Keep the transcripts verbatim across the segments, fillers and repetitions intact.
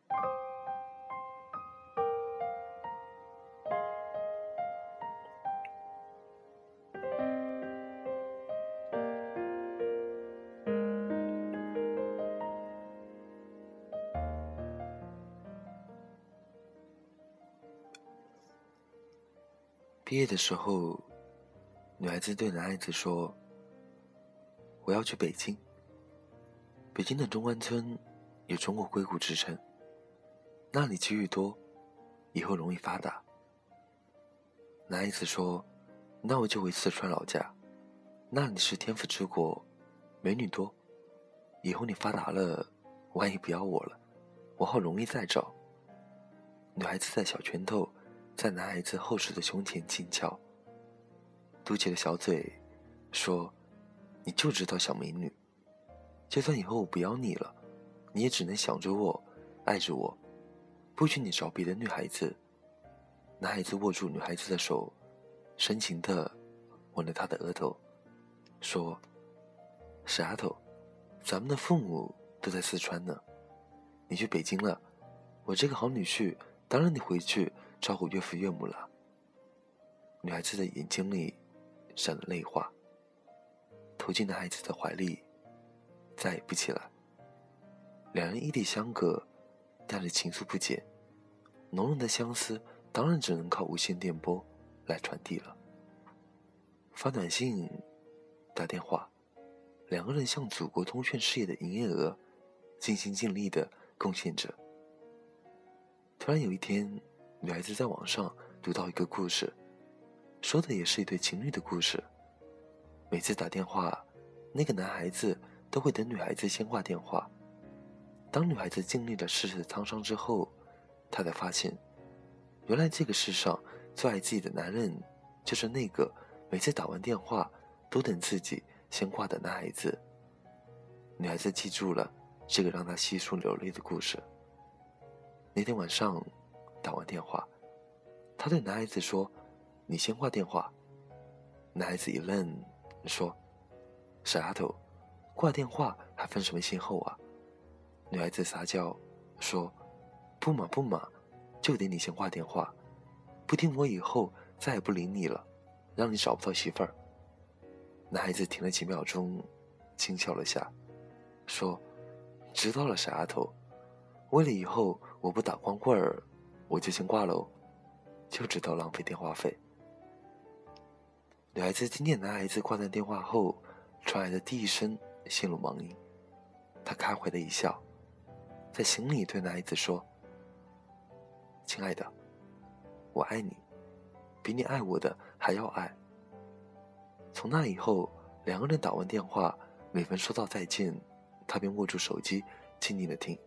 毕业的时候，女孩子对男孩子说：“我要去北京。北京的中关村有中国硅谷之称，那里机遇多，以后容易发达。”男孩子说：“那我就回四川老家，那里是天府之国，美女多，以后你发达了，万一不要我了，我好容易再找。”女孩子的小拳头在男孩子厚实的胸前轻敲，嘟起了小嘴说：“你就知道小美女，就算以后我不要你了，你也只能想着我，爱着我，不许你找别的女孩子。”男孩子握住女孩子的手，深情地吻了她的额头，说：“傻头，咱们的父母都在四川呢，你去北京了，我这个好女婿当然得回去照顾岳父岳母了。”女孩子的眼睛里闪了泪花，投进男孩子的怀里，再也不起来。两人异地相隔，但是情愫不减，浓浓的相思当然只能靠无线电波来传递了。发短信、打电话，两个人向祖国通讯事业的营业额尽心尽力地贡献着。突然有一天，女孩子在网上读到一个故事，说的也是一对情侣的故事。每次打电话，那个男孩子都会等女孩子先挂电话。当女孩子经历了世事的沧桑之后，她才发现，原来这个世上最爱自己的男人，就是那个每次打完电话都等自己先挂的男孩子。女孩子记住了这个让她悉数流泪的故事。那天晚上打完电话，她对男孩子说：“你先挂电话。”男孩子一愣，说：“傻头，挂电话还分什么先后啊？”女孩子撒娇说：“不嘛不嘛，就得你先挂电话，不听我以后再也不理你了，让你找不到媳妇儿。”男孩子停了几秒钟，轻笑了下，说：“知道了，傻头，为了以后我不打光棍儿，我就先挂喽，就知道浪费电话费。”女孩子听见男孩子挂断电话后传来的第一声陷入盲音，她开怀的一笑，在心里对男孩子说：“亲爱的，我爱你，比你爱我的还要爱。”从那以后，两个人打完电话，每逢说到再见，他便握住手机静静的听。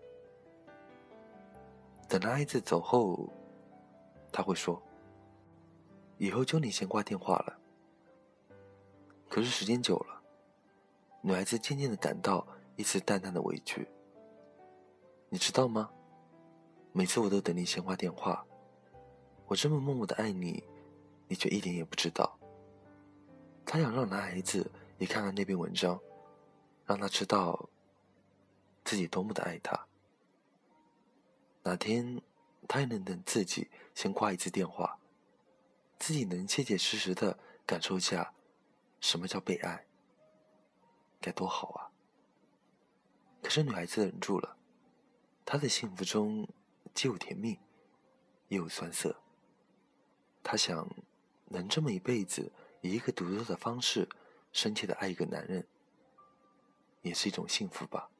等男孩子走后，他会说：“以后就你先挂电话了。”可是时间久了，女孩子渐渐地感到一丝淡淡的委屈。你知道吗？每次我都等你先挂电话，我这么默默的爱你，你却一点也不知道。她想让男孩子也看看那篇文章，让他知道自己多么的爱他。哪天他也能等自己先挂一次电话，自己能切切实实的感受下什么叫被爱，该多好啊！可是女孩子忍住了，她的幸福中既有甜蜜，也有酸涩。她想，能这么一辈子以一个独特的方式深切的爱一个男人，也是一种幸福吧。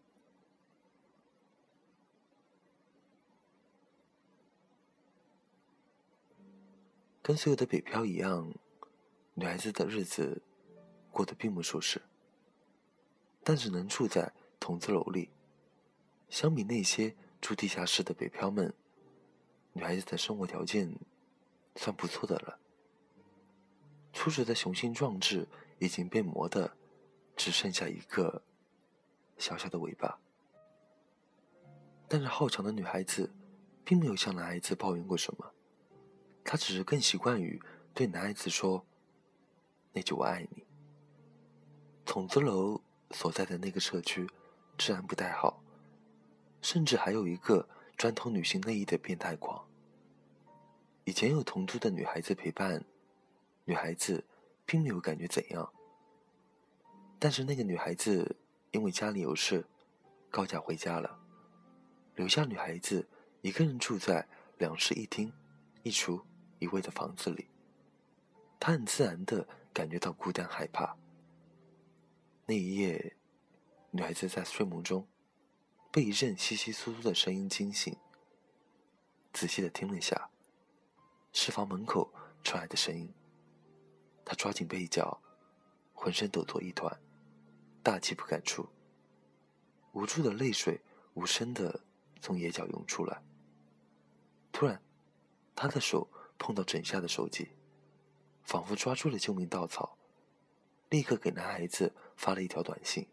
跟所有的北漂一样，女孩子的日子过得并不舒适，但只能住在筒子楼里。相比那些住地下室的北漂们，女孩子的生活条件算不错的了。初时的雄心壮志已经被磨得只剩下一个小小的尾巴。但是好强的女孩子并没有向男孩子抱怨过什么，她只是更习惯于对男孩子说：“那句我爱你。”筒子楼所在的那个社区治安不太好，甚至还有一个专偷女性内衣的变态狂。以前有同租的女孩子陪伴，女孩子并没有感觉怎样。但是那个女孩子因为家里有事，告假回家了，留下女孩子一个人住在两室一厅、一厨一卫的房子里。她很自然地感觉到孤单害怕。那一夜，女孩子在睡梦中被一阵窸窸窣窣的声音惊醒，仔细地听了下，是房门口传来的声音。她抓紧被角，浑身抖作一团，大气不敢出，无助的泪水无声地从眼角涌出来。突然，她的手碰到枕下的手机，仿佛抓住了救命稻草，立刻给男孩子发了一条短信：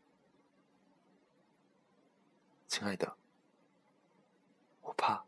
亲爱的，我怕。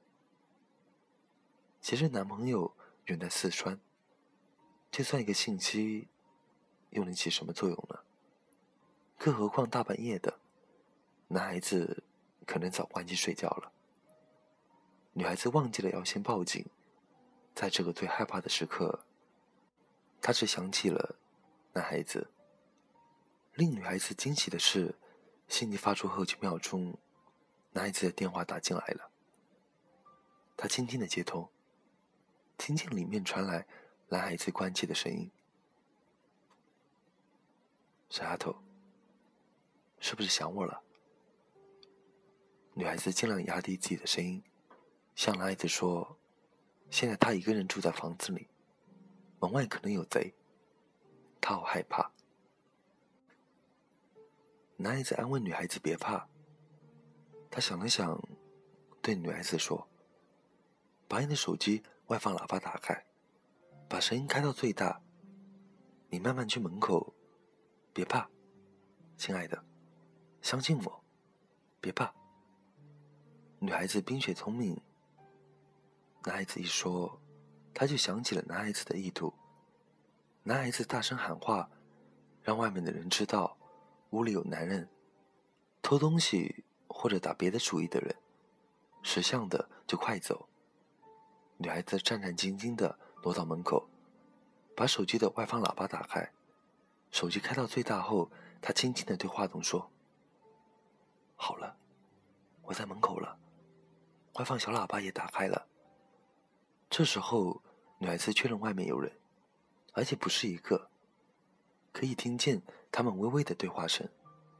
其实男朋友远在四川，就算一个信息又能起什么作用呢？更何况大半夜的，男孩子可能早关机睡觉了。女孩子忘记了要先报警，在这个最害怕的时刻，她只想起了男孩子。令女孩子惊喜的是，信息发出后几秒钟，男孩子的电话打进来了。她轻轻地接通，听见里面传来男孩子关切的声音：小丫头，是不是想我了？女孩子尽量压低自己的声音，向男孩子说，现在她一个人住在房子里，门外可能有贼，她好害怕。男孩子安慰女孩子别怕，他想了想，对女孩子说，把你的手机外放喇叭打开，把声音开到最大，你慢慢去门口，别怕，亲爱的，相信我，别怕。女孩子冰雪聪明，男孩子一说，她就想起了男孩子的意图。男孩子大声喊话，让外面的人知道屋里有男人，偷东西或者打别的主意的人，识相的就快走。女孩子战战兢兢地挪到门口，把手机的外放喇叭打开，手机开到最大后，她轻轻地对话筒说，好了，我在门口了，外放小喇叭也打开了。这时候女孩子确认外面有人，而且不是一个，可以听见他们微微的对话声。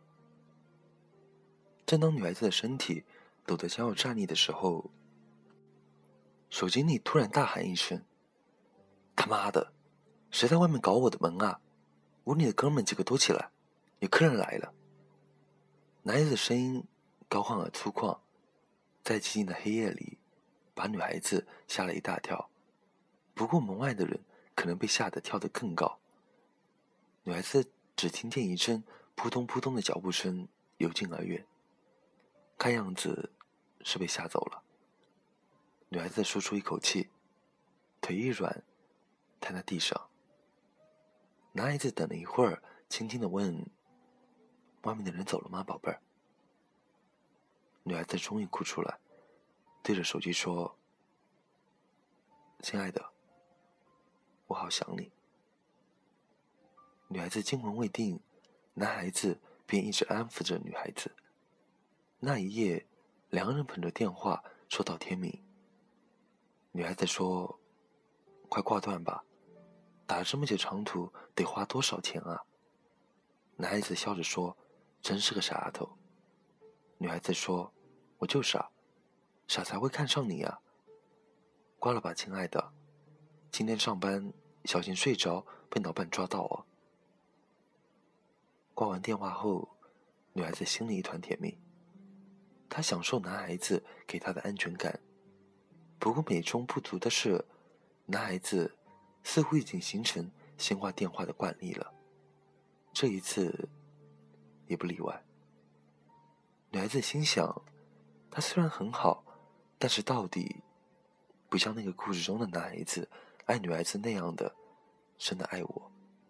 正当女孩子的身体抖得将要站立的时候，手机里突然大喊一声，他妈的，谁在外面搞我的门啊？屋里的哥们几个躲起来，有客人来了。男孩子的声音高亢而粗犷，在寂静的黑夜里把女孩子吓了一大跳，不过门外的人可能被吓得跳得更高。女孩子只听见一阵扑通扑通的脚步声由近而远，看样子是被吓走了。女孩子舒出一口气，腿一软，瘫在地上。男孩子等了一会儿，轻轻地问，外面的人走了吗，宝贝儿？女孩子终于哭出来，对着手机说，亲爱的，我好想你。女孩子惊魂未定，男孩子便一直安抚着女孩子。那一夜，两个人捧着电话说到天明。女孩子说，快挂断吧，打了这么久长途得花多少钱啊？男孩子笑着说，真是个傻丫头。女孩子说，我就傻，傻才会看上你啊。挂了吧，亲爱的，今天上班小心睡着被老板抓到哦。挂完电话后，女孩子心里一团甜蜜，她享受男孩子给她的安全感。不过美中不足的是，男孩子似乎已经形成先挂电话的惯例了，这一次也不例外。女孩子心想，他虽然很好，但是到底不像那个故事中的男孩子爱女孩子那样的真的爱我。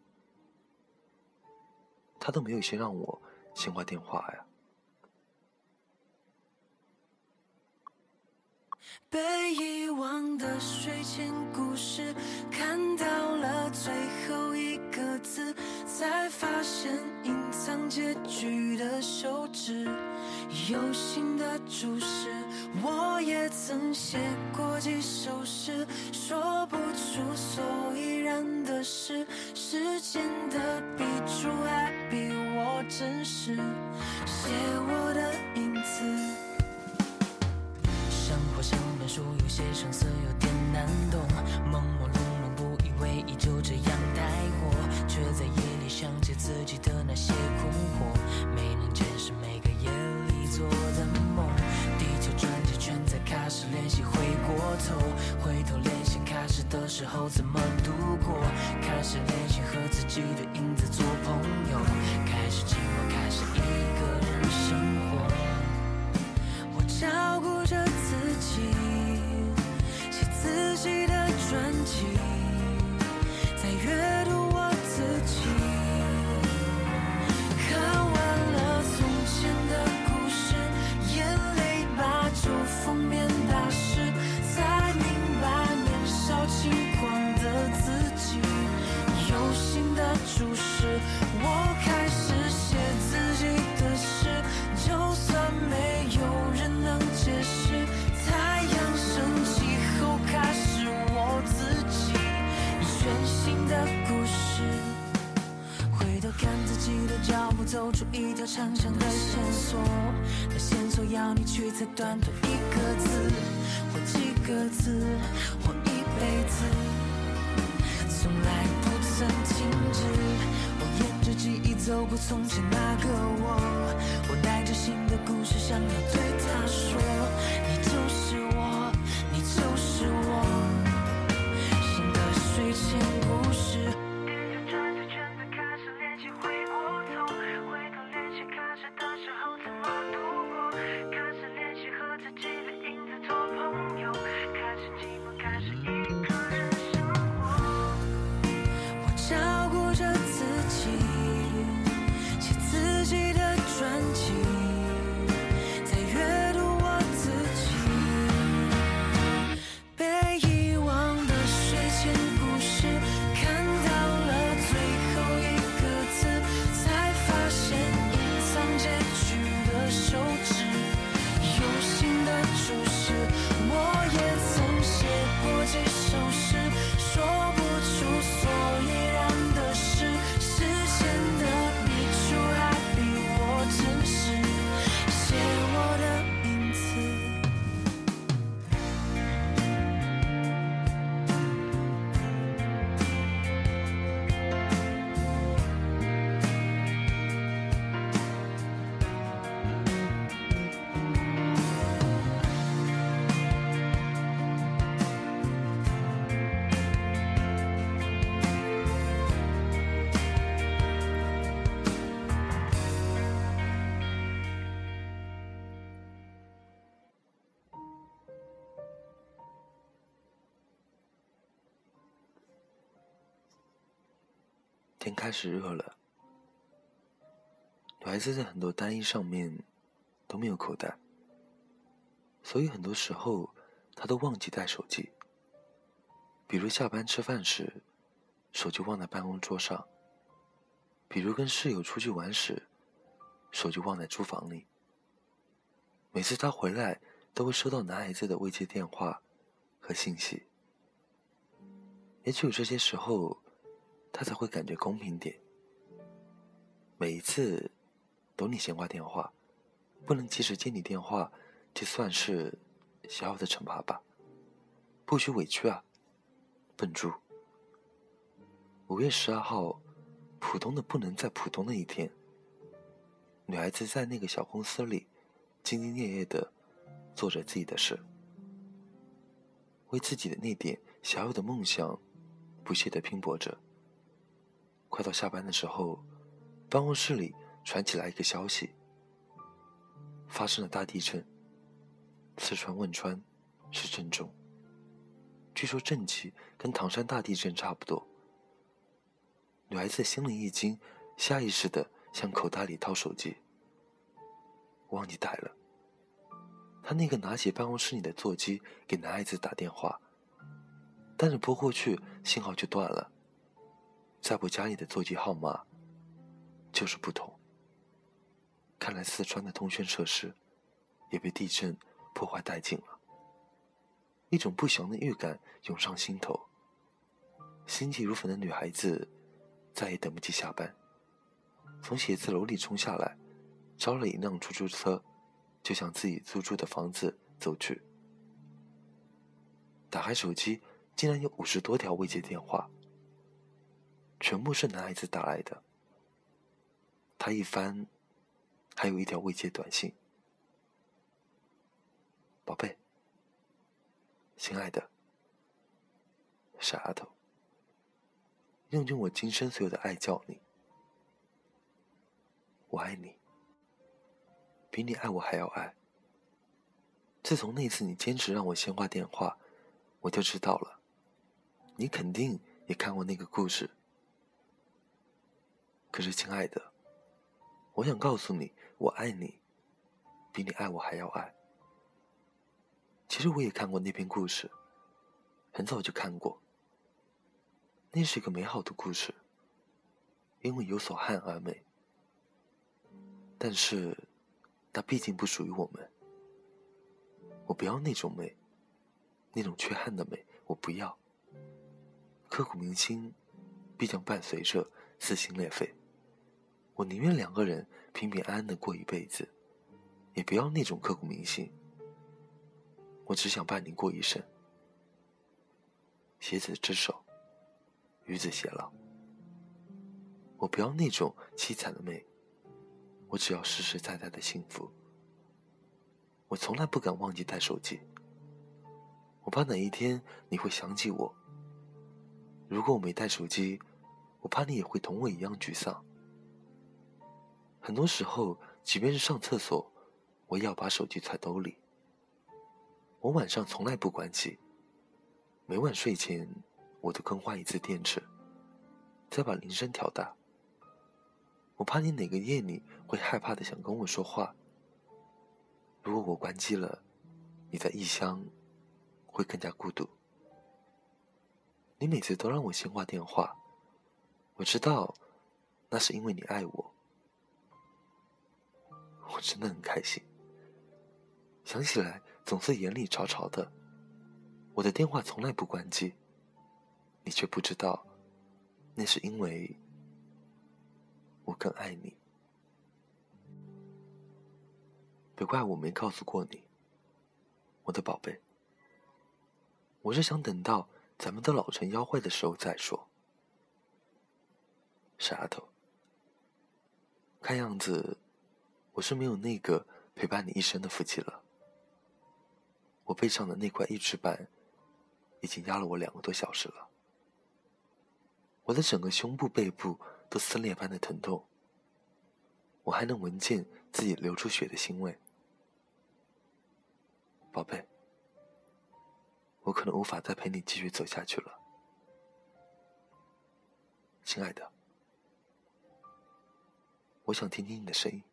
他都没有先让我先挂电话呀。 被遗忘的睡前故事，看到了最后一个字，才发现隐藏结局的手指有新的注释。我也曾写过几首诗，说不出所以然的事，时间的笔触还比我真实，写我的影子。生活像本书，有些生涩，有点难懂，朦朦胧胧，不以为意，就这样带过，却在夜里想起自己的那些困惑，没能解释每个夜里做的梦。地球转几圈才开始练习回过头，回头练习开始的时候怎么度过，开始练习和自己的影子做朋友，开始寂寞，开始一个人生活。我照顾着自己，写自己的传记，在阅读我自己，看完了从前的故事，眼泪把酒封面打湿，才明白年少轻狂的自己有新的注释。我开始写自己的诗，就算没有人能解释，太阳升起后开始我自己全新的故事。回头看自己的脚步，走出一条长长的线索，那线索要你去猜短短一个字，或几个字，或一辈子，从来不曾停止。我沿着记忆走过从前那个我，我带着新的故事想要对他说，你就是我，你就是我，新的睡前故事。地球转着圈子开始练习回过头，回头练习开始的时候怎么度过，开始练习和自己的影子做朋友，开始寂寞，开始一个人生活。我照顾着自己，写自己的传记，在阅读我自己，被遗忘的睡前故事，看到了最后一个字，才发现隐藏结局的手指有新的注释。我也曾写过几首诗，说不出所以然的事，时间的笔触还比我真实，写我的影子。 天开始热了，女孩子在很多单衣上面都没有口袋，所以很多时候她都忘记带手机。比如下班吃饭时，手机忘在办公桌上；比如跟室友出去玩时，手机忘在厨房里。每次她回来，都会收到男孩子的未接电话和信息。也只有这些时候，他才会感觉公平点。每一次都你先挂电话，不能及时接你电话，就算是小小的惩罚吧。不许委屈啊，笨猪。五月十二号，普通的不能再普通的一天。女孩子在那个小公司里，兢兢业业地做着自己的事，为自己的那点小小的梦想不懈地拼搏着。快到下班的时候，办公室里传起来一个消息：发生了大地震，四川汶川是震中。据说震级跟唐山大地震差不多。女孩子心里一惊，下意识地向口袋里掏手机，忘记带了。 他那个拿起办公室里的座机给男孩子打电话，但是拨过去信号就断了。在我家里的座机号码就是不同。看来四川的通讯设施也被地震破坏殆尽了。一种不祥的预感涌上心头，心急如焚的女孩子再也等不及下班，从写字楼里冲下来，招了一辆出租车，就向自己租住的房子走去。打开手机，竟然有五十多条未接电话，全部是男孩子打来的。他一翻，还有一条未接短信：宝贝，亲爱的，傻丫头，用尽我今生所有的爱叫你，我爱你，比你爱我还要爱。自从那次你坚持让我先挂电话，我就知道了，你肯定也看过那个故事。可是亲爱的，我想告诉你，我爱你，比你爱我还要爱。其实我也看过那篇故事，很早就看过。那是一个美好的故事，因为有所憾而美。但是，它毕竟不属于我们。我不要那种美，那种缺憾的美，我不要。刻骨铭心，必将伴随着撕心裂肺。我宁愿两个人平平安安的过一辈子，也不要那种刻骨铭心。我只想伴你过一生。携子之手，与子偕老。我不要那种凄惨的美，我只要实实在在的幸福。我从来不敢忘记带手机，我怕哪一天你会想起我。如果我没带手机，我怕你也会同我一样沮丧。很多时候，即便是上厕所，我也要把手机揣兜里。我晚上从来不关机，每晚睡前我都更换一次电池，再把铃声调大。我怕你哪个夜里会害怕的想跟我说话。如果我关机了，你在异乡会更加孤独。你每次都让我先挂电话，我知道那是因为你爱我。我真的很开心，想起来总是眼里潮潮的。我的电话从来不关机，你却不知道，那是因为我更爱你。别怪我没告诉过你，我的宝贝，我是想等到咱们都老成妖怪的时候再说。傻丫头，看样子我是没有那个陪伴你一生的福气了。我背上的那块一指板已经压了我两个多小时了，我的整个胸部背部都撕裂般的疼痛，我还能闻见自己流出血的腥味。宝贝，我可能无法再陪你继续走下去了。亲爱的，我想听听你的声音。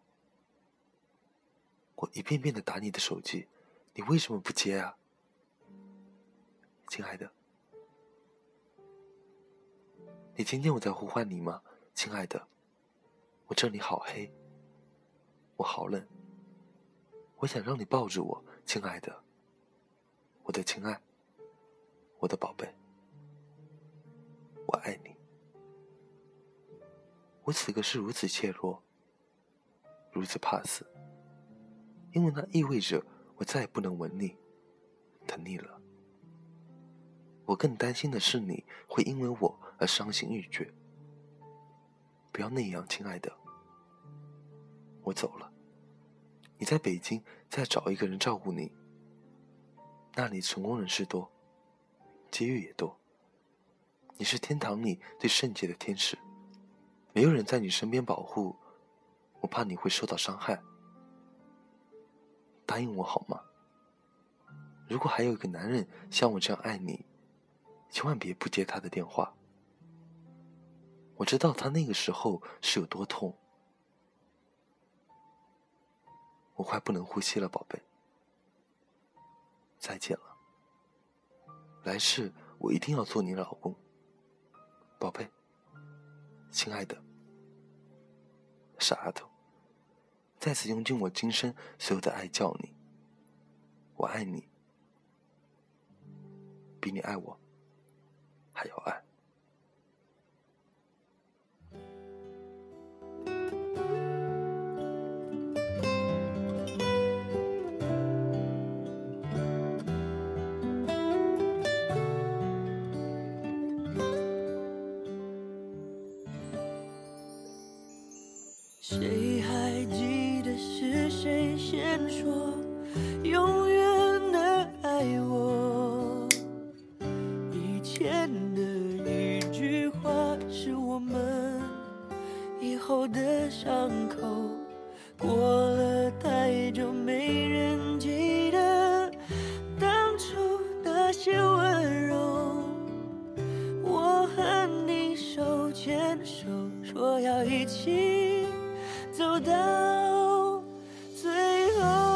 我一遍遍地打你的手机，你为什么不接啊？亲爱的，你听见我在呼唤你吗？亲爱的，我这里好黑，我好冷，我想让你抱着我。亲爱的，我的亲爱，我的宝贝，我爱你。我此刻是如此怯弱，如此怕死，因为那意味着我再也不能吻你、疼你了。我更担心的是你会因为我而伤心欲绝。不要那样，亲爱的，我走了，你在北京再找一个人照顾你，那里成功人士多，机遇也多，你是天堂里最圣洁的天使，没有人在你身边保护，我怕你会受到伤害。答应我好吗？如果还有一个男人像我这样爱你，千万别不接他的电话。我知道他那个时候是有多痛，我快不能呼吸了，宝贝。 再见了。来世我一定要做你老公，宝贝，亲爱的，傻丫头，再次用尽我今生所有的爱叫你，我爱你，比你爱我还要爱。 谁还记得是谁先说永远的爱我？以前的一句话是我们以后的伤口，过了太久没人记得当初那些温柔。我和你手牵手，说要一起走到最后。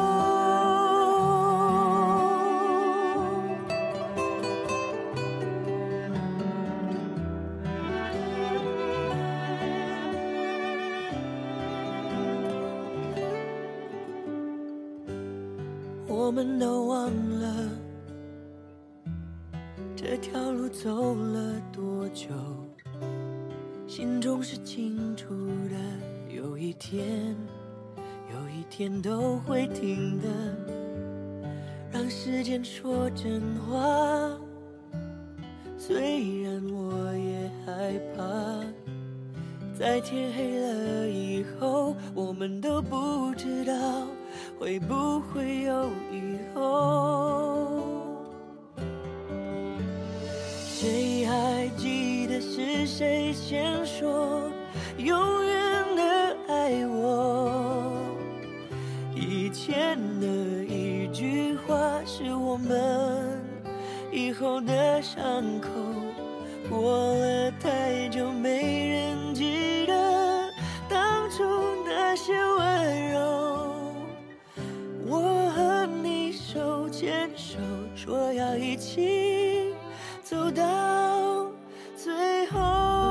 我们都忘了这条路走了多久，心中是清楚的，有一天有一天都会停的。让时间说真话，虽然我也害怕，在天黑了以后，我们都不知道会不会有以后。谁还记得是谁先说永远的爱我？以前的一句话是我们以后的伤口，过了太久没人记得当初那些温柔。我和你手牵手，说要一起走到最后。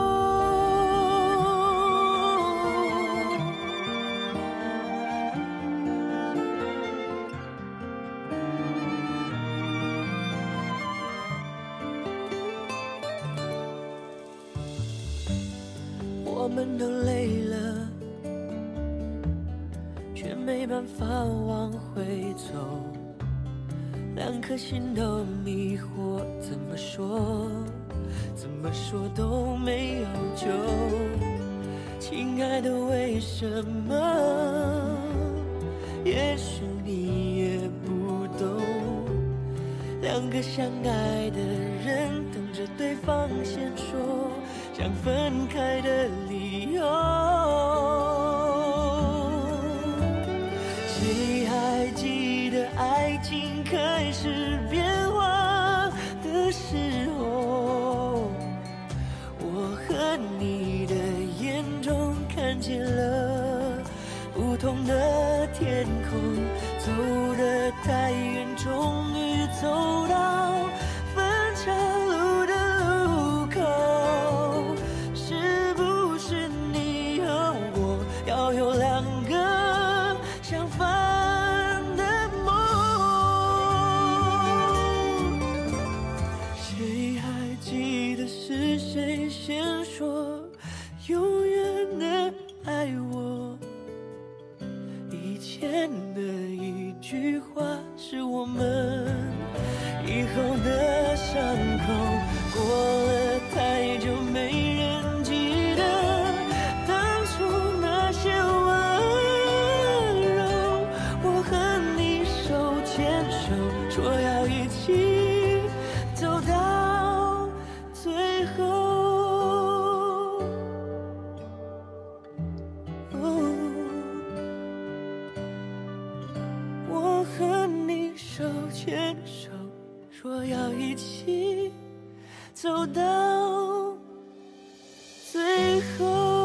我们都累了，却没办法往回走，两颗心都迷惑，怎么说怎么说都没有救。亲爱的，为什么？也许你也不懂，两个相爱的人等着对方先说想分开的理由。谁还记得爱情开始变化的时候，我和你的眼中看见了不同的天空，走得太远，终于走到分岔路的路口。是不是你和我要有两个相反的梦？谁还记得是谁先说永远的爱我？以前的一句话是我们以后的伤口，过了太久没人记得当初那些温柔。我和你手牵手，说要一起走到最后。我和你手牵手，说要一起走到最后。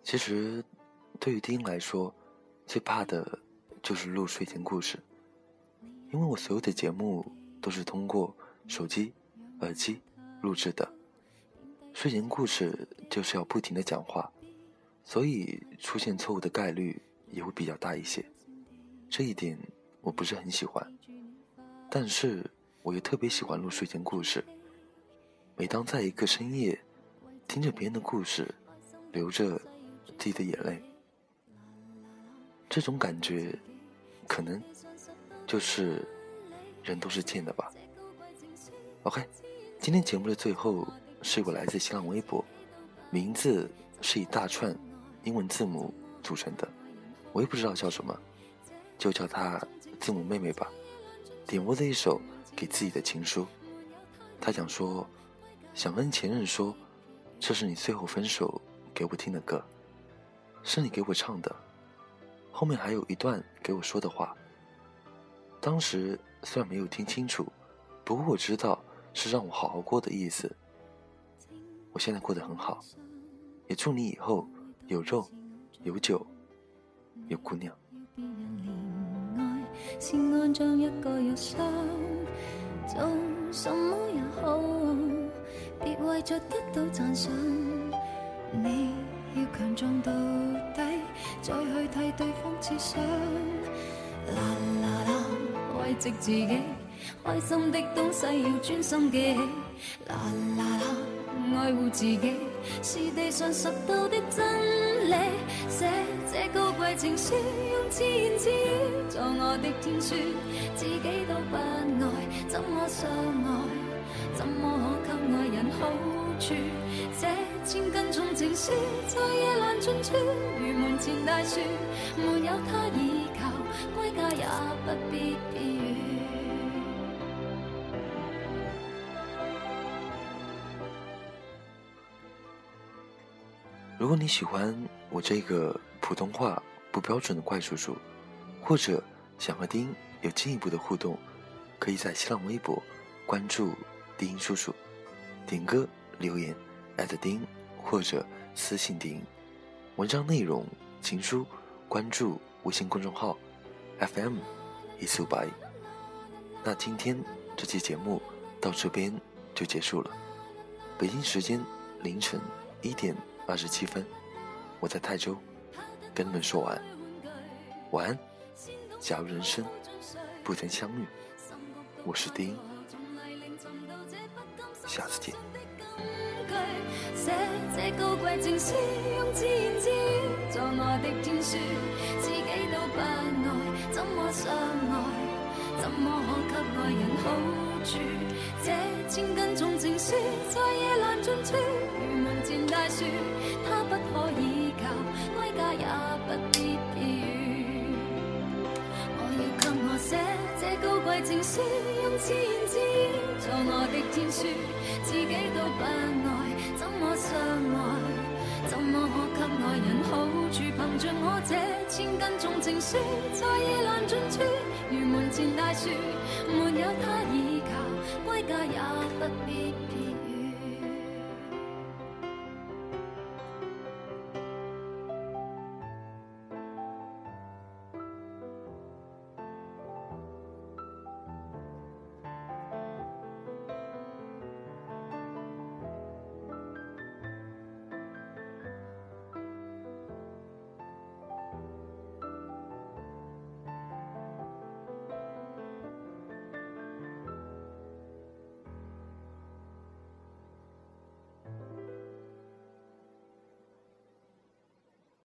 其实对于丁来说，最怕的就是录睡前故事，因为我所有的节目都是通过手机、耳机录制的，睡前故事就是要不停的讲话，所以出现错误的概率也会比较大一些，这一点我不是很喜欢。但是我又特别喜欢录睡前故事，每当在一个深夜听着别人的故事，流着自己的眼泪，这种感觉可能就是人都是贱的吧。 OK， 今天节目的最后是一个来自新浪微博，名字是以大串英文字母组成的，我也不知道叫什么，就叫它字母妹妹吧。点播的一首给自己的情书，他想说，想跟前任说，这是你最后分手给我听的歌，是你给我唱的，后面还有一段给我说的话，当时虽然没有听清楚，不过我知道是让我好好过的意思。我现在过得很好，也祝你以后有肉有酒有姑娘。 先安裝一個藥箱，做什麼也好，別為着得到讚賞。你要強壯到底，再去替對方設想。啦啦啦，慰藉自己，開心的東西要專心記起。啦啦啦，愛護自己是地上實到的真理。寫這高貴情書，用自言自語做我的天書，自己都不愛，怎麼相愛？怎麼可給愛人好處？這千斤重情書在夜闌盡處，如門前大樹，沒有他倚靠，歸家也不必避雨。 如果你喜欢我这个普通话不标准的怪叔叔，或者想和丁有进一步的互动，可以在新浪微博关注丁叔叔，点歌留言艾特丁，或者私信丁。文章内容情书关注微信公众号 F M 一四五八一。那今天这期节目到这边就结束了，北京时间凌晨一点二十七分，我在泰州跟你们说晚安，晚安。假如人生不曾相遇，我是丁，下次见。 寫這高貴情書，用自言自語做我的天書，自己都不愛，怎麼相愛？怎麼可給愛人好處？這千斤重情書在夜闌盡處，如門前大樹，他不可依靠，歸家也不必避雨。我要給我寫這高貴情書，用自言自語做我的天書，自己都不愛，怎麼相愛？怎麼可給愛人好處？憑着我這千斤重情書，在夜闌盡處，如門前大樹，沒有他倚靠，歸家也不必。